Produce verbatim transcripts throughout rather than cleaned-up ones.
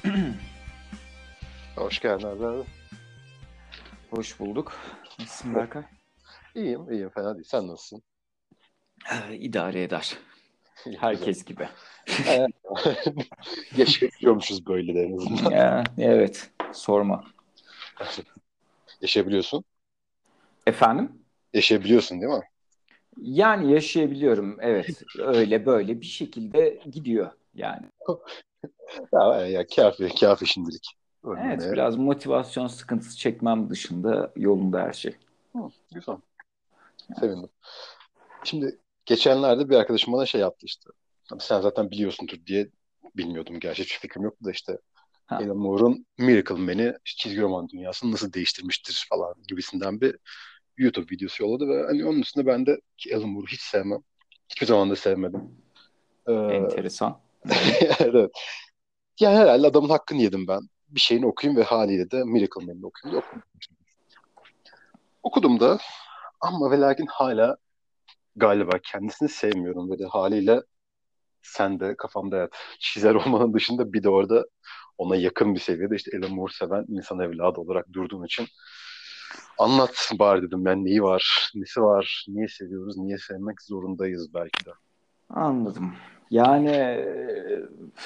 Hoş geldin abi. Hoş bulduk. Nasılsın Berkay? İyiyim, iyiyim. Fena değil. Sen nasılsın? Ee, İdare eder. İyi, güzel. Herkes gibi. Evet. Yaşayabiliyormuşuz böyle de en azından. Ya, evet, sorma. Yaşayabiliyorsun. Efendim? Yaşayabiliyorsun değil mi? Yani yaşayabiliyorum. Evet, öyle böyle bir şekilde gidiyor yani. Ya, ya kafi, kafi şimdilik. Evet, Ölmemeye. biraz motivasyon sıkıntısı çekmem dışında yolunda her şey. Hı, güzel. Sevindim. Şimdi geçenlerde bir arkadaşım bana şey yaptı işte. Abi sen zaten biliyorsundur diye bilmiyordum. Gerçi hiç fikrim yoktu da işte. Ha, Alan Moore'un Miracle Man'i işte çizgi roman dünyasını nasıl değiştirmiştir falan gibisinden bir YouTube videosu yolladı ve hani onun üstünde ben de ki Alan Moore'u hiç sevmem. Hiçbir zaman da sevmedim. Ee, enteresan. Hı hı. evet. Yani herhalde adamın hakkını yedim ben. Bir şeyini okuyayım ve haliyle de Miracle Man'ini okuyayım diye okudum. Okudum da ama ve lakin hala galiba kendisini sevmiyorum ve de haliyle sen de kafamda evet, çizer olmanın dışında bir de orada ona yakın bir seviyede işte Alan Moore seven insan evladı olarak durduğun için anlat bari dedim ben neyi var, nesi var, niye seviyoruz, niye sevmek zorundayız belki de. Anladım. Yani e,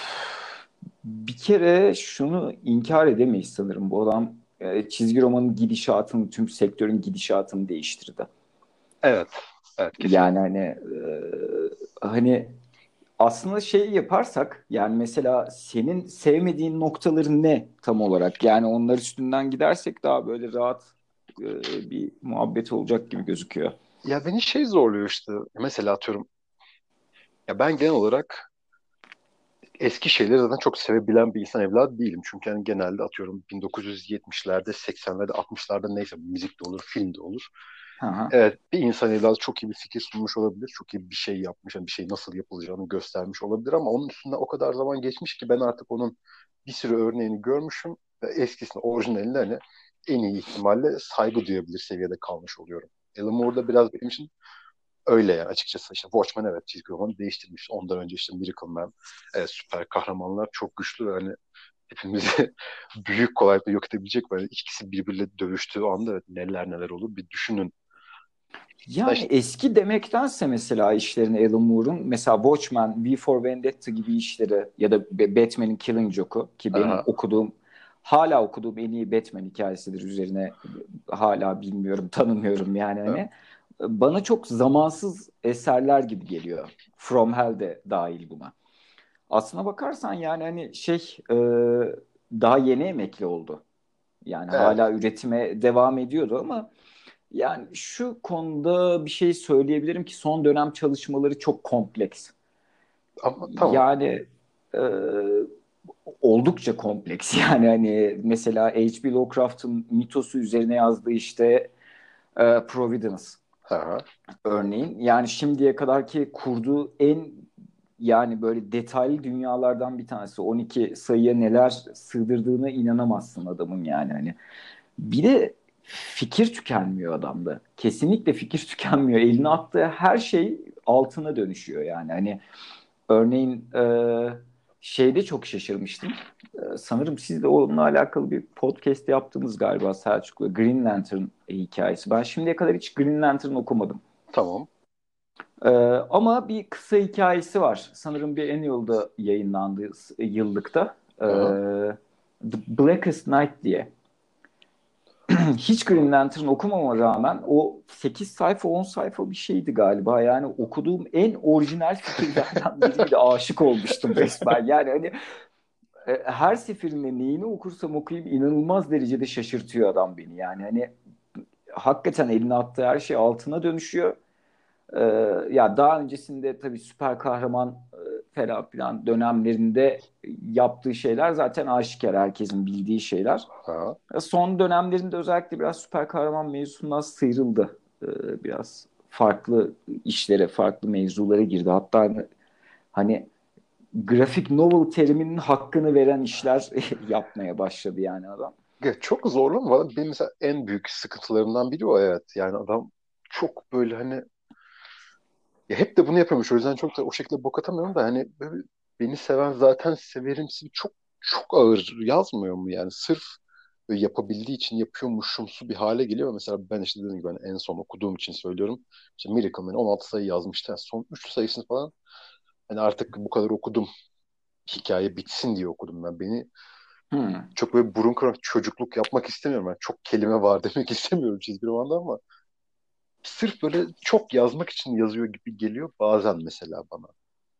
bir kere şunu inkar edemeyiz sanırım. Bu adam e, çizgi romanın gidişatını, tüm sektörün gidişatını değiştirdi. Evet, evet Yani kesinlikle. hani e, hani aslında şey yaparsak yani mesela senin sevmediğin noktaların ne tam olarak? Yani onlar üstünden gidersek daha böyle rahat e, bir muhabbet olacak gibi gözüküyor. Ya beni şey zorluyor işte. Mesela atıyorum ya ben genel olarak eski şeyleri zaten çok sevebilen bir insan evladı değilim. Çünkü yani genelde atıyorum bin dokuz yüz yetmişlerde, seksenlerde, altmışlarda neyse müzik de olur, film de olur. Hı hı. Evet, bir insan evladı çok iyi bir fikir sunmuş olabilir. Çok iyi bir şey yapmış, yani bir şey nasıl yapılacağını göstermiş olabilir ama onun üstünden o kadar zaman geçmiş ki ben artık onun bir sürü örneğini görmüşüm ve eskisine, orijinaline hani en iyi ihtimalle saygı duyabilir seviyede kalmış oluyorum. Alan Moore'da biraz benim için öyle yani açıkçası. İşte Watchmen evet çizgi romanı değiştirmiş. Ondan önce işte Miracle Man, evet, süper kahramanlar çok güçlü ve hani hepimizi büyük kolaylıkla yok edebilecek böyle ikisi birbiriyle dövüştüğü anda evet, neler neler olur bir düşünün. Da Yani işte, eski demektense mesela işlerini Alan Moore'un mesela Watchmen, V for Vendetta gibi işleri ya da Be- Batman'in Killing Joke'u ki benim aha, okuduğum hala okuduğum en iyi Batman hikayesidir üzerine hala bilmiyorum tanımıyorum yani evet. hani bana çok zamansız eserler gibi geliyor. From Hell de dahil buna. Aslına bakarsan yani hani şey e, daha yeni emekli oldu. Yani Evet. hala üretime devam ediyordu ama yani şu konuda bir şey söyleyebilirim ki son dönem çalışmaları çok kompleks. Ama tamam. Yani e, oldukça kompleks. Yani hani mesela H P. Lovecraft'ın mitosu üzerine yazdığı işte e, Providence Aha. örneğin. Yani şimdiye kadarki kurduğu en yani böyle detaylı dünyalardan bir tanesi. on iki sayıya neler sığdırdığına inanamazsın adamın yani hani. Bir de fikir tükenmiyor adamda. Kesinlikle fikir tükenmiyor. Eline attığı her şey altına dönüşüyor yani. Hani örneğin e, şeyde çok şaşırmıştım. E, sanırım siz de onunla alakalı bir podcast yaptınız galiba Selçuk'la. Green Lantern hikayesi. Ben şimdiye kadar hiç Green Lantern okumadım. Tamam. E, ama bir kısa hikayesi var. Sanırım bir Annual'da yayınlandı yıllıkta. E, Aha. The Blackest Night diye. Hiç Green Lantern okumama rağmen o sekiz sayfa on sayfa bir şeydi galiba. Yani okuduğum en orijinal fikirlerden biriydi. Aşık olmuştum resmen. Yani hani e, her seferinde neyini okursam okuyayım inanılmaz derecede şaşırtıyor adam beni. Yani hani hakikaten eline attığı her şey altına dönüşüyor. Ee, ya daha öncesinde tabii süper kahraman e, falan filan dönemlerinde yaptığı şeyler zaten aşikar herkesin bildiği şeyler. Aha. Ya son dönemlerinde özellikle biraz süper kahraman mevzusundan sıyrıldı. Ee, biraz farklı işlere, farklı mevzulara girdi. Hatta hani, hani grafik novel teriminin hakkını veren işler yapmaya başladı yani adam. Ya çok zorlu mu? Valla benim mesela en büyük sıkıntılarımdan biri o evet. Yani adam çok böyle hani ya hep de bunu yapıyormuş. O yüzden çok da o şekilde bok atamıyorum da hani böyle beni seven zaten severimsi çok çok ağır yazmıyor mu yani? Sırf böyle yapabildiği için yapıyormuşumsu bir hale geliyor. Mesela ben işte dediğim gibi ben en son okuduğum için söylüyorum. İşte Miracle Man on altı sayı yazmıştı. Yani son üç sayısını falan hani artık bu kadar okudum. Hikaye bitsin diye okudum ben. Beni Hmm. çok böyle burun kıran çocukluk yapmak istemiyorum. Yani çok kelime var demek istemiyorum çizgi romanda ama sırf böyle çok yazmak için yazıyor gibi geliyor bazen mesela bana.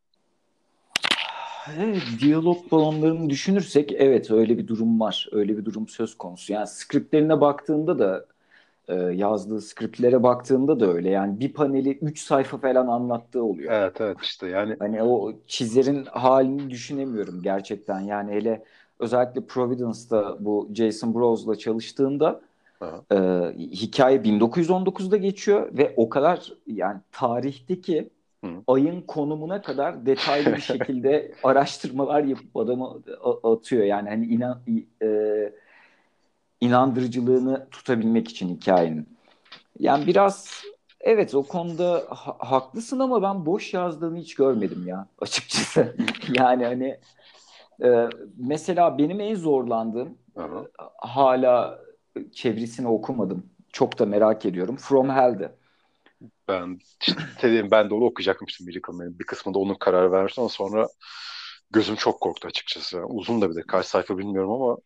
Evet, diyalog balonlarını düşünürsek evet öyle bir durum var. Öyle bir durum söz konusu. Yani skriptlerine baktığında da e, yazdığı skriptlere baktığında da öyle. Yani bir paneli üç sayfa falan anlattığı oluyor. Evet evet işte yani Hani o çizerin halini düşünemiyorum gerçekten. Yani hele özellikle Providence'da bu Jason Bros'la çalıştığında aha. e, hikaye bin dokuz yüz on dokuzda geçiyor ve o kadar yani tarihteki Hı. ayın konumuna kadar detaylı bir şekilde araştırmalar yapıp adamı a- atıyor. Yani hani inan, e, inandırıcılığını tutabilmek için hikayenin. Yani biraz evet o konuda ha- haklısın ama ben boş yazdığını hiç görmedim ya açıkçası. Yani hani e, mesela benim en zorlandığım e, Aha. hala çevirisini okumadım. Çok da merak ediyorum. From Hell'de. Ben işte dediğim ben de onu okuyacaktım işte Miracle Man'in bir kısmında onun karar vermiştim ama sonra gözüm çok korktu açıkçası. Uzun da bir de kaç sayfa bilmiyorum ama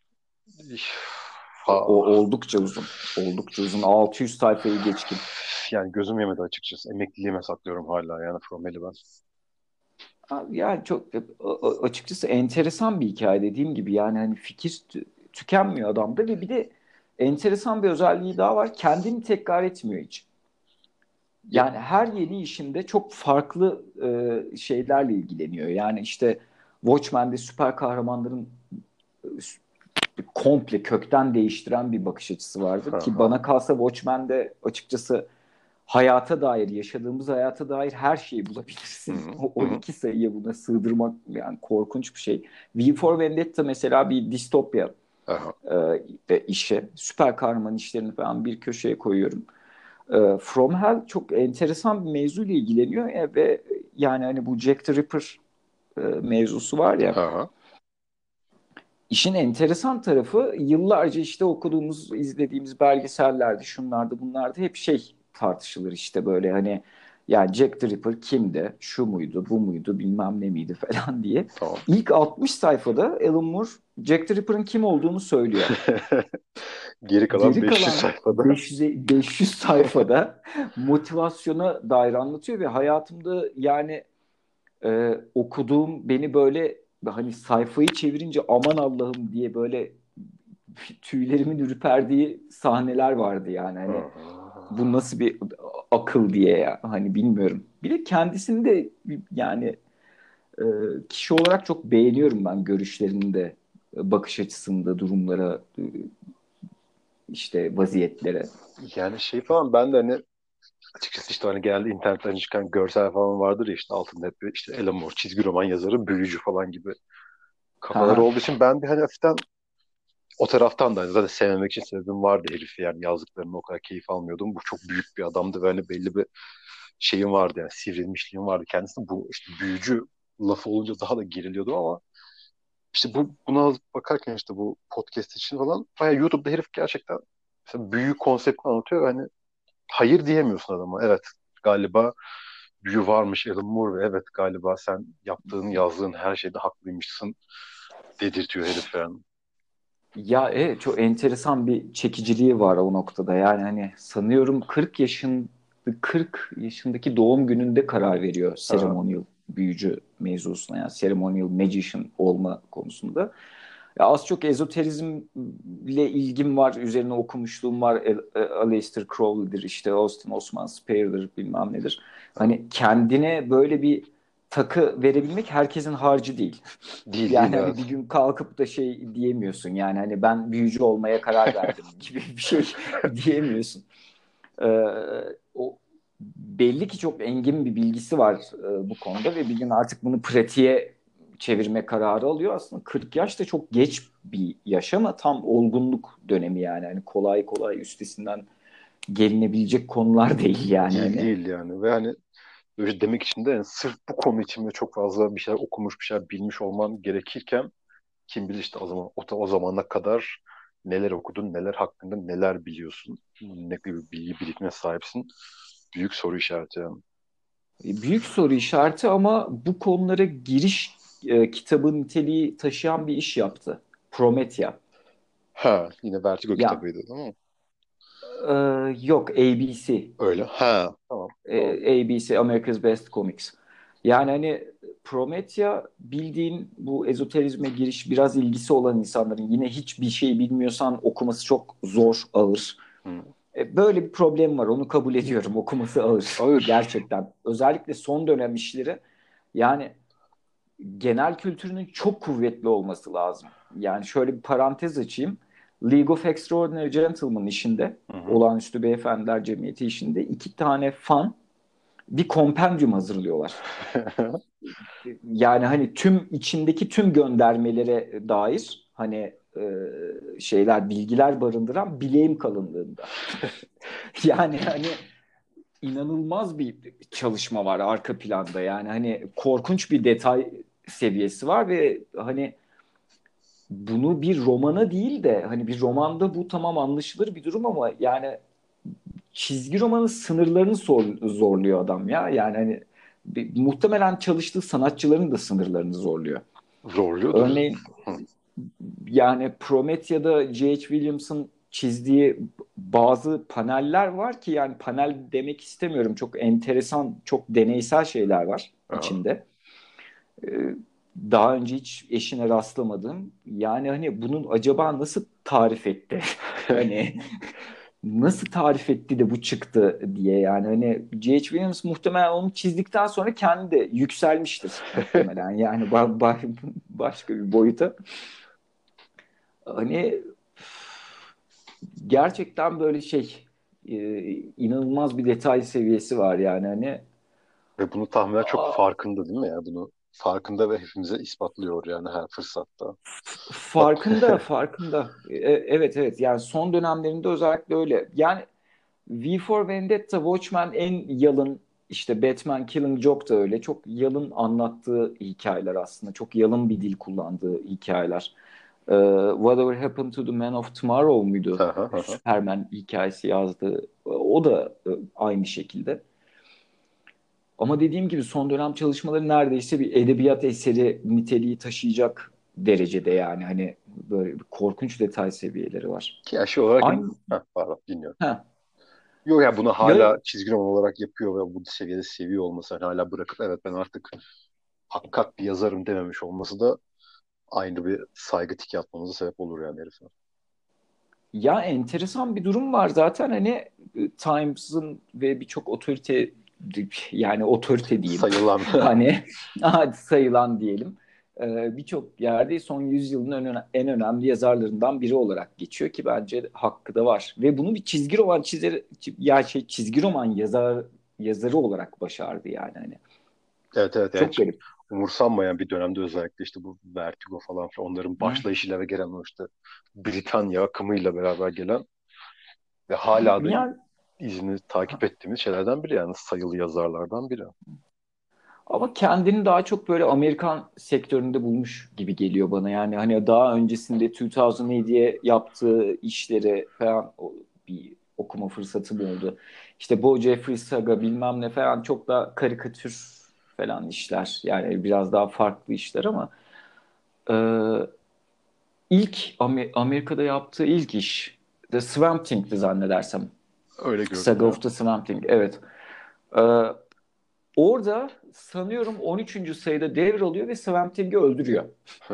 O, ha, o oldukça uzun. Oldukça uzun. altı yüz sayfayı geçkin. yani gözüm yemedi açıkçası. Emekliliğime saklıyorum hala yani Fromel'i ben. Yani çok a- a- açıkçası enteresan bir hikaye dediğim gibi yani hani fikir tü- tükenmiyor adamda ve bir de enteresan bir özelliği daha var. Kendini tekrar etmiyor hiç. Ya, Yani her yeni işinde çok farklı e, şeylerle ilgileniyor. Yani işte Watchmen'de süper kahramanların e, komple kökten değiştiren bir bakış açısı vardır ki aha. bana kalsa Watchmen'de açıkçası hayata dair, yaşadığımız hayata dair her şeyi Hı bulabilirsin. hı, O hı hı. on iki sayıya buna sığdırmak yani korkunç bir şey. V for Vendetta mesela bir distopya Aha. e, işi. Süper kahraman işlerini falan bir köşeye koyuyorum. E, From Hell çok enteresan bir mevzuyla ilgileniyor e, ve yani hani bu Jack the Ripper e, mevzusu var ya. Aha. İşin enteresan tarafı yıllarca işte okuduğumuz, izlediğimiz belgesellerde, şunlarda, bunlarda hep şey tartışılır işte böyle hani ya Jack the Ripper kimdi, şu muydu, bu muydu, bilmem ne miydi falan diye. Tamam. İlk altmış sayfada Alan Moore Jack the Ripper'ın kim olduğunu söylüyor. Geri kalan Geri beş yüz kalan sayfada. beş yüz, beş yüz sayfada motivasyona dair anlatıyor ve hayatımda yani e, okuduğum beni böyle hani sayfayı çevirince aman Allah'ım diye böyle tüylerimin ürperdiği sahneler vardı yani hani Aha. bu nasıl bir akıl diye ya hani bilmiyorum. Bir de kendisini de yani e, kişi olarak çok beğeniyorum ben görüşlerini de bakış açısında durumlara e, işte vaziyetlere. Yani şey falan ben de hani açıkçası işte hani genelde internetten çıkan görsel falan vardır ya işte altında hep işte Alan Moore çizgi roman yazarı, büyücü falan gibi kafaları Haha. olduğu için ben bir hani hafiften o taraftan da hani zaten sevmemek için sebebim vardı herifi yani yazdıklarını o kadar keyif almıyordum. Bu çok büyük bir adamdı ve hani belli bir şeyim vardı yani sivrilmişliğim vardı. Kendisi bu işte büyücü lafı olunca daha da geriliyordum ama işte bu buna bakarken işte bu podcast için falan bayağı YouTube'da herif gerçekten mesela büyü konseptini anlatıyor ve hani hayır diyemiyorsun adama. Evet galiba büyü varmış Alan Moore ve evet galiba sen yaptığın yazdığın her şeyde haklıymışsın dedirtiyor herif yani. Ya evet çok enteresan bir çekiciliği var o noktada. Yani hani sanıyorum kırk yaşın kırk yaşındaki doğum gününde karar veriyor Aha. ceremonial büyücü mevzusuna yani ceremonial magician olma konusunda. Ya az çok ezoterizmle ilgim var, üzerine okumuşluğum var. E- e- Aleister Crowley'dir, işte Austin Osman Spayer'dır bilmem nedir. Aha. Hani kendine böyle bir takı verebilmek herkesin harcı değil. Değil değil Yani hani bir evet. gün kalkıp da şey diyemiyorsun yani hani ben büyücü olmaya karar verdim gibi bir şey diyemiyorsun. Ee, o belli ki çok engin bir bilgisi var e, bu konuda ve bir gün artık bunu pratiğe çevirme kararı alıyor. Aslında kırk yaş da çok geç bir yaş ama tam olgunluk dönemi yani. Hani kolay kolay üstesinden gelinebilecek konular değil yani Değil hani. değil yani ve hani böyle demek için de yani sırf bu konu için de çok fazla bir şeyler okumuş bir şeyler bilmiş olman gerekirken Kim bilir işte o zaman o, o zamana kadar neler okudun, neler hakkında neler biliyorsun, ne gibi bilgi birikimine sahipsin. Büyük soru işareti yani. Büyük soru işareti ama bu konulara giriş e, kitabı niteliği taşıyan bir iş yaptı. Promethea. Ha, yine Vertigo Ya kitabıydı değil mi? e, yok A B C. Öyle. Ha, tamam. E, Tamam. A B C America's Best Comics. Yani hani Promethea bildiğin bu ezoterizme giriş biraz ilgisi olan insanların yine hiçbir şey bilmiyorsan okuması çok zor, ağır. Hı. E, Böyle bir problem var. Onu kabul ediyorum. Okuması ağır. Ağır. Gerçekten. Özellikle son dönem işleri yani genel kültürünün çok kuvvetli olması lazım. Yani şöyle bir parantez açayım. League of Extraordinary Gentlemen işinde, Hı hı. Olağanüstü Beyefendiler Cemiyeti işinde iki tane fan bir kompendyum hazırlıyorlar. Yani hani tüm içindeki tüm göndermelere dair hani e, şeyler, bilgiler barındıran bileğim kalınlığında. Yani hani inanılmaz bir çalışma var arka planda. Yani hani korkunç bir detay seviyesi var ve hani bunu bir romana değil de hani bir romanda bu tamam anlaşılır bir durum ama yani çizgi romanın sınırlarını zor- zorluyor adam ya. Yani hani bir- muhtemelen çalıştığı sanatçıların da sınırlarını zorluyor. Zorluyordur. Örneğin Hı. yani Promethea'da G H. Williams'ın çizdiği bazı paneller var ki yani panel demek istemiyorum. Çok enteresan, çok deneysel şeyler var Aha. içinde. Ee, Daha önce hiç eşine rastlamadım. Yani hani bunun acaba nasıl tarif etti? Hani nasıl tarif etti de bu çıktı diye yani hani G H. Williams muhtemelen onu çizdikten sonra kendi de yükselmiştir muhtemelen yani ba- ba- başka bir boyuta. Hani gerçekten böyle şey e, inanılmaz bir detay seviyesi var yani hani Ve bunu tahminen çok aa, farkında değil mi ya? Bunu farkında ve hepimize ispatlıyor yani her fırsatta. Bak. farkında farkında. E, evet evet yani son dönemlerinde özellikle öyle. Yani V for Vendetta, Watchmen en yalın işte Batman Killing Joke da öyle. Çok yalın anlattığı hikayeler aslında. Çok yalın bir dil kullandığı hikayeler. Ee, Whatever Happened to the Man of Tomorrow muydu? Aha, aha. Superman hikayesi yazdığı. O da e, aynı şekilde. Ama dediğim gibi son dönem çalışmaları neredeyse bir edebiyat eseri niteliği taşıyacak derecede yani hani böyle bir korkunç detay seviyeleri var. Ki aşı olarak Aynı ha, pardon dinliyorum. ha Yok ya bunu ya hala çizgi roman olarak yapıyor ve bu seviyede seviyor olması hani hala bırakıp evet ben artık hakikat bir yazarım dememiş olması da aynı bir saygı tiki atmamıza sebep olur yani herife. Ya enteresan bir durum var zaten hani e, Times'ın ve birçok otorite yani otorite diyeyim Sayılan. hani hadi sayılan diyelim e, birçok yerde son yüzyılın en, öne- en önemli yazarlarından biri olarak geçiyor ki bence hakkı da var ve bunu bir çizgi roman çizer ya şey çizgi roman yazar yazarı olarak başardı yani hani Evet evet yani çok hiç garip. umursanmayan bir dönemde özellikle işte bu Vertigo falan filan onların Hı. başlayışıyla ve gelen o işte Britanya akımıyla beraber gelen ve hala da Yani izini takip ettiğimiz şeylerden biri yani sayılı yazarlardan biri. ama kendini daha çok böyle Amerikan sektöründe bulmuş gibi geliyor bana. Yani hani daha öncesinde iki bin yediye yaptığı işleri falan o- bir okuma fırsatım oldu. İşte Bo Jeffrey Saga bilmem ne falan çok da karikatür falan işler. Yani biraz daha farklı işler ama e, ilk Amer- Amerika'da yaptığı ilk iş The Swamp Thing'di zannedersem. Öyle Saga görünüyor. of the Swamp Thing. Evet. E, Orada sanıyorum on üçüncü sayıda devralıyor ve Swamp Thing'i öldürüyor.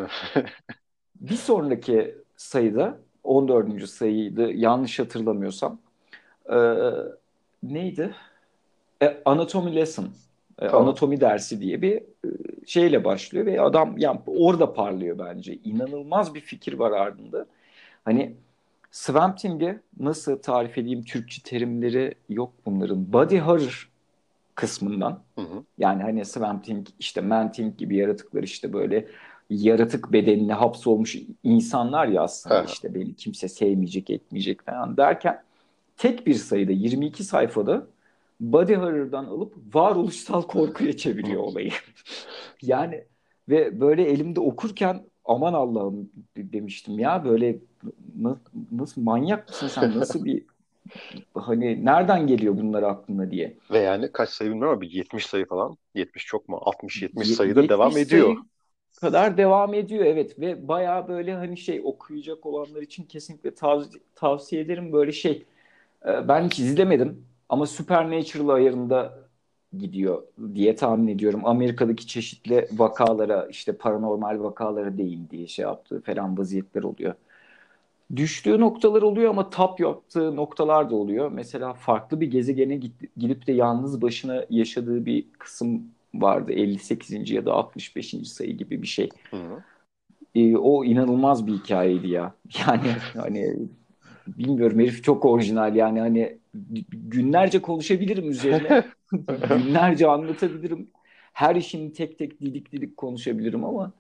Bir sonraki sayıda on dördüncü sayıydı yanlış hatırlamıyorsam. Ee, neydi? E, Anatomy Lesson. E, Tamam. anatomi dersi diye bir e, şeyle başlıyor ve adam yani orada parlıyor bence. İnanılmaz bir fikir var ardında. Hani Swamp Thing'i nasıl tarif edeyim Türkçe terimleri yok bunların. Body horror kısmından. Hı hı. Yani hani Swamp Thing, işte Man Thing gibi yaratıklar işte böyle yaratık bedenine hapsolmuş insanlar ya aslında Ha, işte beni kimse sevmeyecek etmeyecek falan derken tek bir sayıda yirmi iki sayfada body horror'dan alıp varoluşsal korkuya çeviriyor olayı. Yani ve böyle elimde okurken aman Allah'ım demiştim ya, böyle na- nasıl manyak mısın sen, nasıl bir, hani nereden geliyor bunlar aklına diye. Ve yani kaç sayı bilmiyorum ama bir yetmiş sayı falan. yetmiş çok mu? altmış yetmiş Ye- sayıda devam yetmiş ediyor. sayı kadar devam ediyor, evet, ve bayağı böyle hani şey, okuyacak olanlar için kesinlikle tav- tavsiye ederim böyle şey. Ee, Ben hiç izlemedim ama Supernatural ayarında gidiyor diye tahmin ediyorum. Amerika'daki çeşitli vakalara, işte paranormal vakalara değindiği şey yaptığı falan vaziyetler oluyor. Düştüğü noktalar oluyor ama tap yaptığı noktalar da oluyor. Mesela farklı bir gezegene git- gidip de yalnız başına yaşadığı bir kısım vardı. elli sekizinci ya da altmış beşinci sayı gibi bir şey. Hı. Ee, o inanılmaz bir hikayeydi ya. Yani hani bilmiyorum, herif çok orijinal yani, hani günlerce konuşabilirim üzerine. Günlerce anlatabilirim. Her işini tek tek didik didik konuşabilirim ama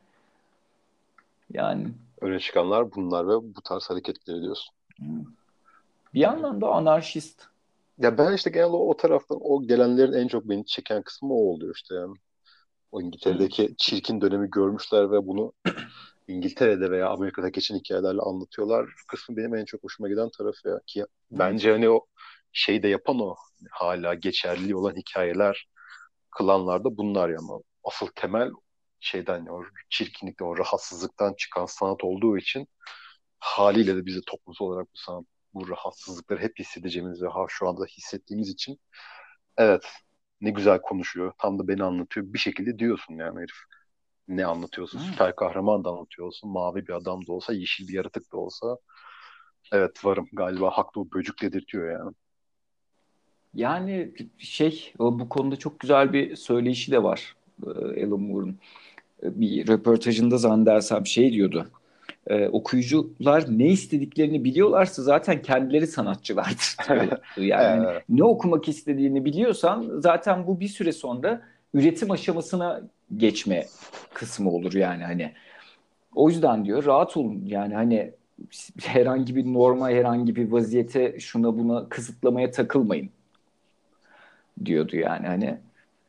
yani Öne çıkanlar bunlar ve bu tarz hareketleri diyorsun. bir yandan da anarşist. Ya ben işte genel o, o taraftan o gelenlerin en çok beni çeken kısmı o oluyor işte yani. O İngiltere'deki çirkin dönemi görmüşler ve bunu İngiltere'de veya Amerika'da geçen hikayelerle anlatıyorlar. Kısmı benim en çok hoşuma giden tarafı ya. Ki Evet. bence hani o şeyi de yapan o. Hala geçerli olan hikayeler kılanlar da bunlar ya, ama asıl temel şeyden, o çirkinlikten, o rahatsızlıktan çıkan sanat olduğu için haliyle de bizi toplumsal olarak bu sanat, bu rahatsızlıkları hep hissedeceğimiz ve ha, şu anda hissettiğimiz için evet, ne güzel konuşuyor. Tam da beni anlatıyor. Bir şekilde diyorsun yani herif. Ne anlatıyorsun? Evet. Süper kahraman da anlatıyorsun. Mavi bir adam da olsa, yeşil bir yaratık da olsa. Evet, varım. Galiba haklı, o böcük dedirtiyor yani. Yani şey, o bu konuda çok güzel bir söyleyişi de var e, Alan Moore'un. E, Bir röportajında zannedersem şey diyordu. E, okuyucular ne istediklerini biliyorlarsa zaten kendileri sanatçılardır diyor. Yani hani Ee, ne okumak istediğini biliyorsan zaten bu bir süre sonra üretim aşamasına geçme kısmı olur yani hani. O yüzden diyor rahat olun yani hani, herhangi bir norma, herhangi bir vaziyete, şuna buna kısıtlamaya takılmayın diyordu yani hani.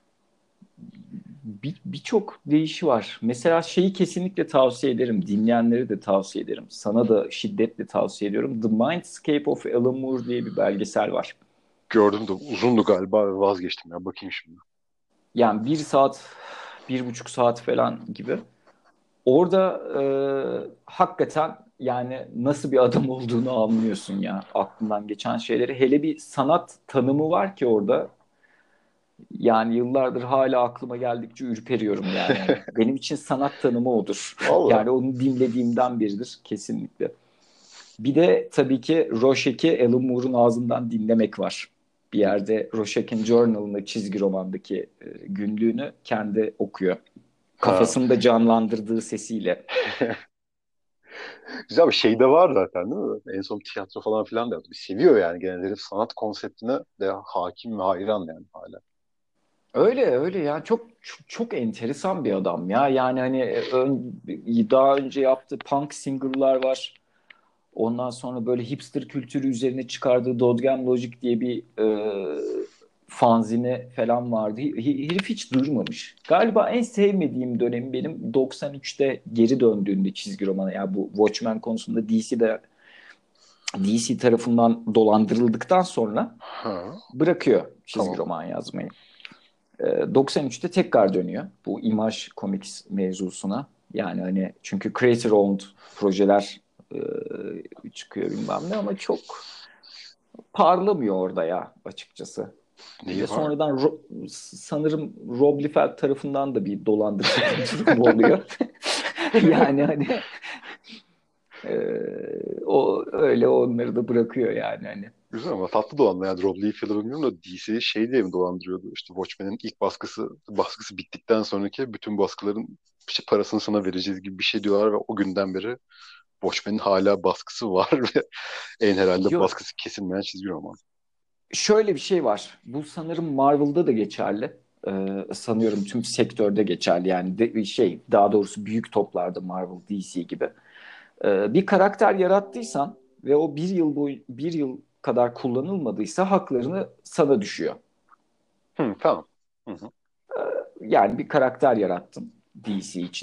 Bir birçok deyişi var. Mesela şeyi kesinlikle tavsiye ederim. Dinleyenlere de tavsiye ederim. Sana da şiddetle tavsiye ediyorum. The Mindscape of Alan Moore diye bir belgesel var. gördüm de uzundu galiba ve vazgeçtim ya. Bakayım şimdi. Yani bir saat, bir buçuk saat falan gibi. Orada e, hakikaten yani nasıl bir adam olduğunu anlıyorsun ya. Aklından geçen şeyleri. Hele bir sanat tanımı var ki orada. Yani yıllardır hala aklıma geldikçe ürperiyorum yani. Hani benim için sanat tanımı odur. Valla. Yani onu dinlediğimden beridir kesinlikle. Bir de tabii ki Rorschach'i Alan Moore'un ağzından dinlemek var. Bir yerde Rorschach'in Journal'ını, çizgi romandaki e, günlüğünü kendi okuyor. Ha. Kafasında canlandırdığı sesiyle. Güzel bir şey de var zaten değil mi? En son tiyatro falan filan da yaptı. Bir seviyor yani, genel sanat konseptine de hakim ve hayran yani hala. Öyle öyle ya, çok çok, çok enteresan bir adam ya. Yani hani ön, daha önce yaptığı punk single'lar var. Ondan sonra böyle hipster kültürü üzerine çıkardığı Dodgem Logic diye bir e, fanzine falan vardı. Hi- Herif hiç durmamış. Galiba en sevmediğim dönem benim doksan üçte geri döndüğünde çizgi romana. Yani bu Watchmen konusunda D C'de D C tarafından dolandırıldıktan sonra Ha. bırakıyor çizgi Tamam. roman yazmayı. E, doksan üçte tekrar dönüyor bu Image Comics mevzusuna. Yani hani çünkü creator owned projeler e, çıkıyor bilmem ne ama çok parlamıyor orada ya açıkçası. Bir de Neyi var? sonradan Ro- sanırım Rob Liefeld tarafından da bir dolandırıcı durumu oluyor. Yani hani e, o öyle onları da bırakıyor yani hani. Güzel ama tatlı dolanma yani. Rob Liefeld'ı bilmiyorum da D C şey diye mi dolandırıyordu? İşte Watchmen'in ilk baskısı baskısı bittikten sonraki bütün baskıların işte parasını sana vereceğiz gibi bir şey diyorlar ve o günden beri Watchmen'in hala baskısı var ve en herhalde Yok, baskısı kesilmeyen çizgi roman. şöyle bir şey var. Bu sanırım Marvel'da da geçerli. Ee, sanıyorum tüm sektörde geçerli. Yani de, şey, daha doğrusu büyük toplarda Marvel, D C gibi. Ee, bir karakter yarattıysan ve o bir yıl boyu bir yıl kadar kullanılmadıysa haklarını sana düşüyor. Hı, tamam. Hı hı. Yani bir karakter yarattın D C için.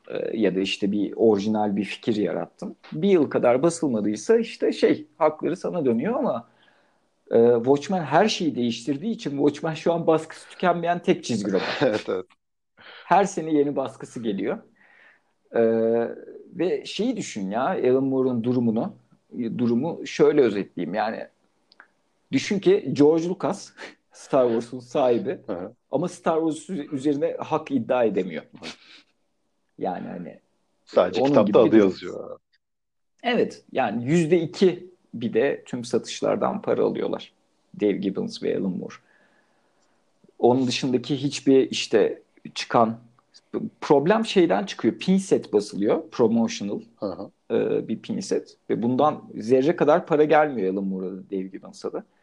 e, ya da işte bir orijinal bir fikir yarattın. Bir yıl kadar basılmadıysa işte şey hakları sana dönüyor ama e, Watchmen her şeyi değiştirdiği için Watchmen şu an baskısı tükenmeyen tek çizgi roman. Evet, evet. Her sene yeni baskısı geliyor. E, Ve şeyi düşün ya Alan Moore'un durumunu durumu şöyle özetleyeyim yani düşün ki George Lucas Star Wars'un sahibi Hı-hı. ama Star Wars üzerine hak iddia edemiyor. Yani hani e, Sadece onun kitapta gibi bir adı durum. yazıyor. Evet yani yüzde iki bir de tüm satışlardan para alıyorlar. Dave Gibbons ve Alan Moore. Onun dışındaki hiçbir işte çıkan problem şeyden çıkıyor. Pin set basılıyor. Promotional Hı-hı. e, bir pin set. Ve bundan zerre kadar para gelmiyor Alan Moore'a da Dave Gibbons'a da.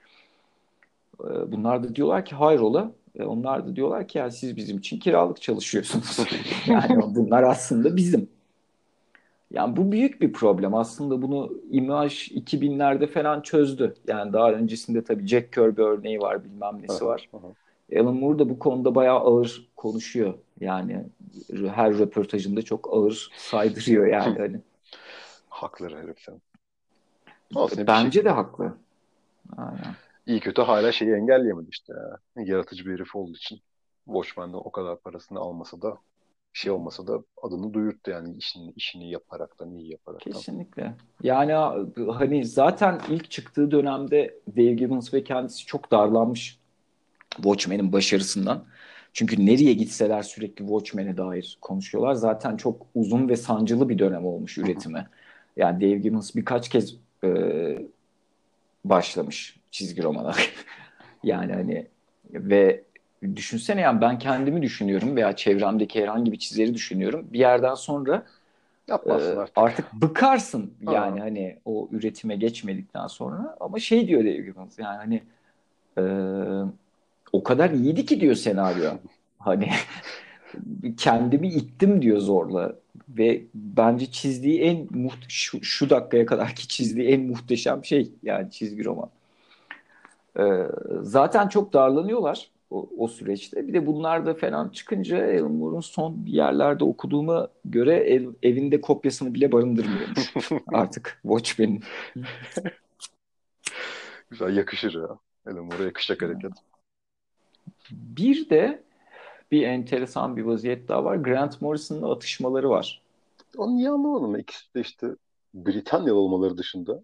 E, bunlar da diyorlar ki hayrola. E, onlar da diyorlar ki ya siz bizim için kiralık çalışıyorsunuz. Yani bunlar aslında bizim. Yani bu büyük bir problem. Aslında bunu Image iki binlerde falan çözdü. Yani daha öncesinde tabii Jack Kirby örneği var, bilmem nesi Hı-hı. var. Hı-hı. Alan Moore da bu konuda bayağı ağır konuşuyor. Yani her röportajında çok ağır saydırıyor yani. Hani Hakları heriften. Olsun bir bence de şekilde. haklı. Aynen. İyi kötü hala şeyi engelleyemedi işte ya. Yaratıcı bir herif olduğu için. Watchmen'den o kadar parasını almasa da bir şey olmasa da adını duyurttu yani işini, işini yaparaktan, iyi yaparaktan. Kesinlikle. Yani hani zaten ilk çıktığı dönemde Dave Gibbons ve kendisi çok darlanmış Watchmen'in başarısından. Çünkü nereye gitseler sürekli Watchmen'e dair konuşuyorlar. Zaten çok uzun ve sancılı bir dönem olmuş Hı hı. üretime. Yani Dave Gibbons birkaç kez e, başlamış çizgi romana. Yani hani ve düşünsene yani ben kendimi düşünüyorum veya çevremdeki herhangi bir çizeri düşünüyorum. Bir yerden sonra e, Yapmazsın artık. artık bıkarsın yani Ha. hani o üretime geçmedikten sonra. Ama şey diyor Dave Gibbons yani hani e, o kadar iyiydi ki diyor senaryo. Hani kendimi ittim diyor zorla ve bence çizdiği en muht şu, şu dakikaya kadarki çizdiği en muhteşem şey yani çizgi roman. Ee, Zaten çok darlanıyorlar o, o süreçte. Bir de bunlar da falan çıkınca Alan Moore'un son bir yerlerde okuduğuma göre ev, evinde kopyasını bile barındırmıyormuş artık Watchmen'in. Güzel yakışır ya. Elim oraya yakışacak hareket. Bir de bir enteresan bir vaziyet daha var. Grant Morrison'la atışmaları var. Onu niye anlamadım. İkisi de işte Britanyalı olmaları dışında.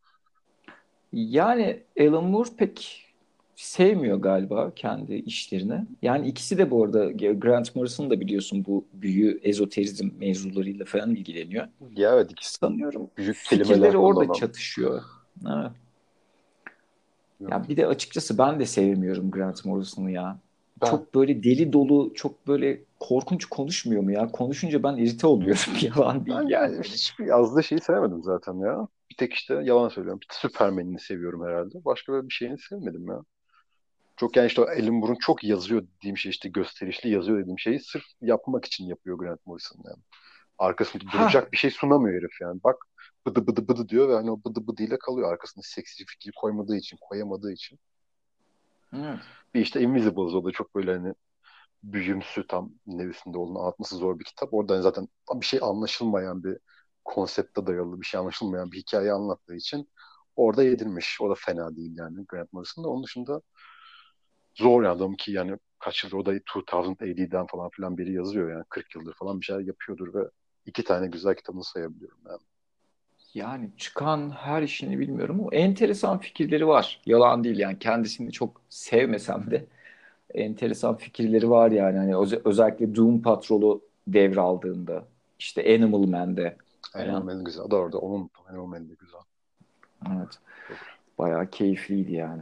Yani Alan Moore pek sevmiyor galiba kendi işlerini. Yani ikisi de bu arada Grant Morrison da biliyorsun bu büyü ezoterizm mevzularıyla falan ilgileniyor. Ya evet ikisi de Sanıyorum büyük kelimeler fikirleri orada kullanan. çatışıyor. Evet. Yok. Ya bir de açıkçası ben de sevmiyorum Grant Morrison'ı ya. Ben Çok böyle deli dolu, çok böyle korkunç konuşmuyor mu ya? Konuşunca ben irite oluyorum. Yalan değil ben yani. de hiçbir yazdığı şeyi sevmedim zaten ya. Bir tek işte yalan söylüyorum. Bir Superman'ini seviyorum herhalde. Başka böyle bir şeyini sevmedim ya. Çok yani işte o Alan Moore'un çok yazıyor dediğim şey işte gösterişli yazıyor dediğim şeyi sırf yapmak için yapıyor Grant Morrison yani. Arkasında Ha, duracak bir şey sunamıyor herif yani. Bak bıdı bıdı bıdı diyor ve hani o bıdı bıdı ile kalıyor arkasında seksi fikri koymadığı için, koyamadığı için. evet. Bir işte Invisibles o da çok böyle hani büyümsü tam nevisinde olduğunu anlatması zor bir kitap. Oradan zaten bir şey anlaşılmayan bir konsepte dayalı bir şey anlaşılmayan bir hikaye anlattığı için orada yedirmiş. O da fena değil yani Grant Morrison da. Onun dışında zor ya adam ki yani kaç yıldır o da iki bin elli'den falan filan biri yazıyor yani kırk yıldır falan bir şeyler yapıyordur ve iki tane güzel kitabını sayabiliyorum yani. Yani çıkan her işini bilmiyorum ama enteresan fikirleri var. Yalan değil yani kendisini çok sevmesem de enteresan fikirleri var yani. Hani öze- özellikle Doom Patrol'u devraldığında işte Animal Man'de Animal falan. Man güzel. O da orada onun Animal Man de güzel. Evet. Çok. Bayağı keyifliydi yani.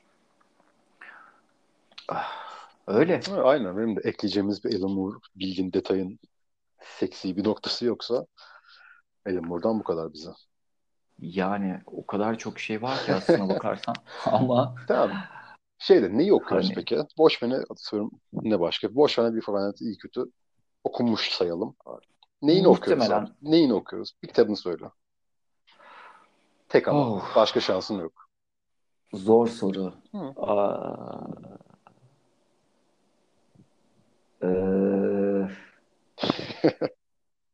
Öyle. Ha, aynen benim de ekleyeceğimiz bir Alan Moore bilgin detayın seksi bir noktası yoksa Alan Moore'dan bu kadar bize. Yani o kadar çok şey var ki aslına bakarsan. Ama Tamam. Şeyde neyi okuyoruz hani peki? Watchmen'i atıyorum ne başka? Watchmen'e bir falan iyi kötü okumuş sayalım. Neyini okuyoruz abi? muhtemelen Neyini okuyoruz? Bir kitabını söyle. Tek ama. oh, Başka şansın yok. zor soru. Hı. Aa, eee,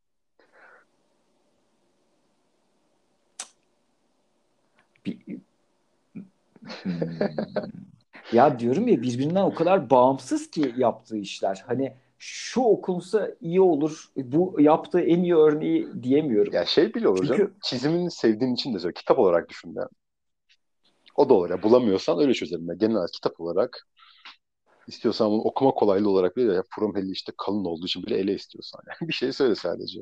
Hmm. Ya diyorum ya birbirinden o kadar bağımsız ki yaptığı işler. Hani şu okunsa iyi olur. Bu yaptığı en iyi örneği diyemiyorum. Ya şey bile olur canım. Çünkü Çizimini sevdiğin için de söyle. Kitap olarak düşün yani. O da olur. Ya. Bulamıyorsan öyle çözelim. Ya. Genel olarak kitap olarak istiyorsan bunu okuma kolaylığı olarak bile ya From Hell'i işte kalın olduğu için bile ele istiyorsan. Yani. Bir şey söyle sadece.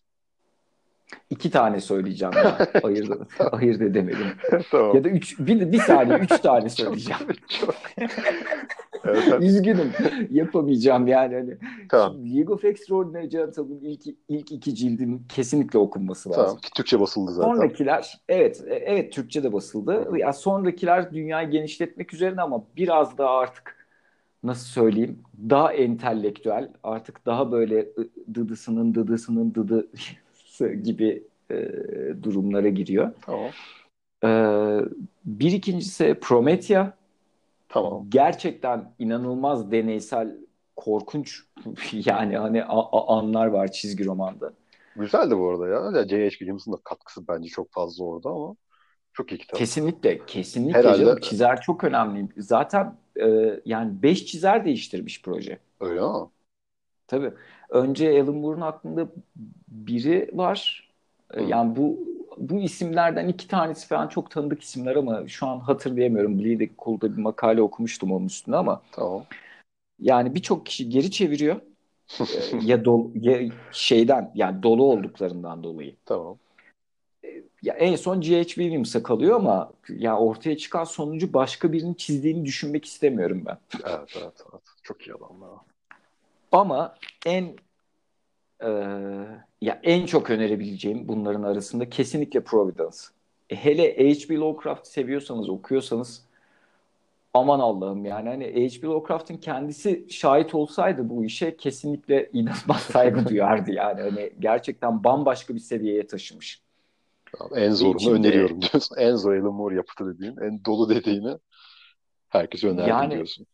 iki tane söyleyeceğim ya. Ayırt, ayırt edemedim. Tamam. Ya da üç, bir, bir saniye üç tane Çok söyleyeceğim. çok. Evet, hadi. Üzgünüm. Yapamayacağım yani. Hani. Tamam. Şimdi League of Extraordinary Gentlemen'ın ilk, ilk iki cildinin kesinlikle okunması Tamam. lazım. Ki Türkçe basıldı zaten. Sonrakiler evet e, evet Türkçe de Hı basıldı. hı. Ya sonrakiler dünyayı genişletmek üzerine ama biraz daha artık nasıl söyleyeyim daha entelektüel artık daha böyle ı- dıdısının dıdısının dıdısı gibi e, durumlara giriyor. Tamam. Ee, bir ikincisi Promethea Tamam. gerçekten inanılmaz deneysel korkunç yani hani a- a- anlar var çizgi romanda. Güzeldi bu arada ya. Ya J H. Williams'ın da katkısı bence çok fazla orada ama çok iyi kitap. Kesinlikle, kesinlikle Herhalde canım. Çizer çok önemli. Zaten e, yani beş çizer değiştirmiş proje. öyle ama. Tabii. Önce Alan Moore'un aklında biri var. E, Hı. Yani bu bu isimlerden iki tanesi falan çok tanıdık isimler ama şu an hatırlayamıyorum. Bleeding Cool'da bir makale okumuştum onun üstüne ama Tamam. yani birçok kişi geri çeviriyor. E, ya dol ya şeyden yani dolu olduklarından dolayı. Tamam. Ya en son G H. Williams'a kalıyor ama ya ortaya çıkan sonucu başka birinin çizdiğini düşünmek istemiyorum ben. Evet, evet, evet. Çok iyi adamlar. Ama en e, ya en çok önerebileceğim bunların arasında kesinlikle Providence. E, hele H P. Lovecraft seviyorsanız, okuyorsanız aman Allah'ım yani hani H P. Lovecraft'ın kendisi şahit olsaydı bu işe kesinlikle inanılmaz saygı duyardı yani hani gerçekten bambaşka bir seviyeye taşımış. Tamam. En Ve zorunu içinde öneriyorum diyorsun. En zor Alan Moore yapıtı dediğin, en dolu dediğini herkese önerdim yani diyorsun.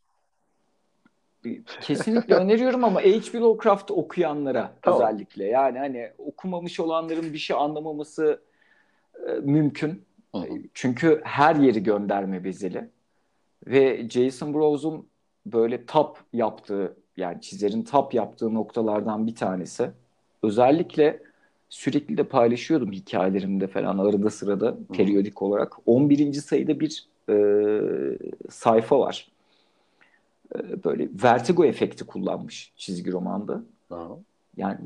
kesinlikle öneriyorum ama H P. Lovecraft okuyanlara Tamam. özellikle. Yani hani okumamış olanların bir şey anlamaması e, mümkün. Hı E, hı. Çünkü her yeri gönderme bezeli. Ve Jason Brows'un böyle tap yaptığı yani çizerin tap yaptığı noktalardan bir tanesi. Özellikle sürekli de paylaşıyordum hikayelerimde falan arada sırada Hı hı. periyodik olarak. on birinci sayıda bir e, sayfa var. E, böyle vertigo efekti kullanmış çizgi romanda. Aha. Yani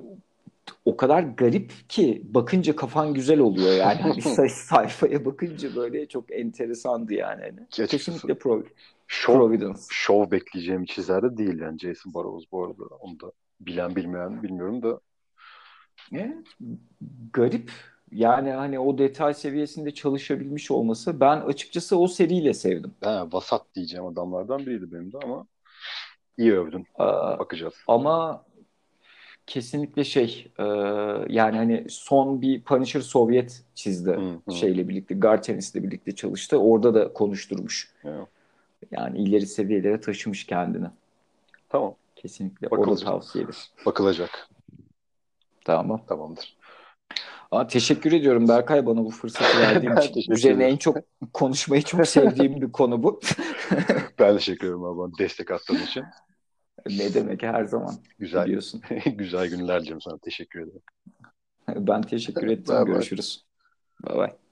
o kadar garip ki bakınca kafan güzel oluyor yani. Hani say- sayfaya bakınca böyle çok enteresandı yani. Hani Ki açıkçası kesinlikle Pro şov, Providence. şov bekleyeceğim bir çizer de değil yani Jason Burrows bu arada. Onu da bilen bilmeyen bilmiyorum da. Evet, garip. Yani hani o detay seviyesinde çalışabilmiş olması ben açıkçası o seriyle sevdim. Ha, vasat diyeceğim adamlardan biriydi benim de ama iyi övdün. Aa, Bakacağız. ama kesinlikle şey e, yani hani son bir Punisher Sovyet çizdi Hı hı. şeyle birlikte Gartenis'le birlikte çalıştı. Orada da konuşturmuş. Ya, Yani ileri seviyelere taşımış kendini. tamam. Kesinlikle o da Bakılacak. tavsiyedir. Bakılacak. Tamam. Tamamdır. Aa, teşekkür ediyorum Berkay bana bu fırsatı verdiğin Ben için. teşekkür Üzerine ederim. en çok konuşmayı çok sevdiğim bir konu bu. Ben teşekkür ederim abi bana destek attığın için. Ne demek her zaman Güzel biliyorsun. güzel günler diliyorum sana. Teşekkür ederim. Ben teşekkür ettim. Bye bye. Görüşürüz. Bye bye.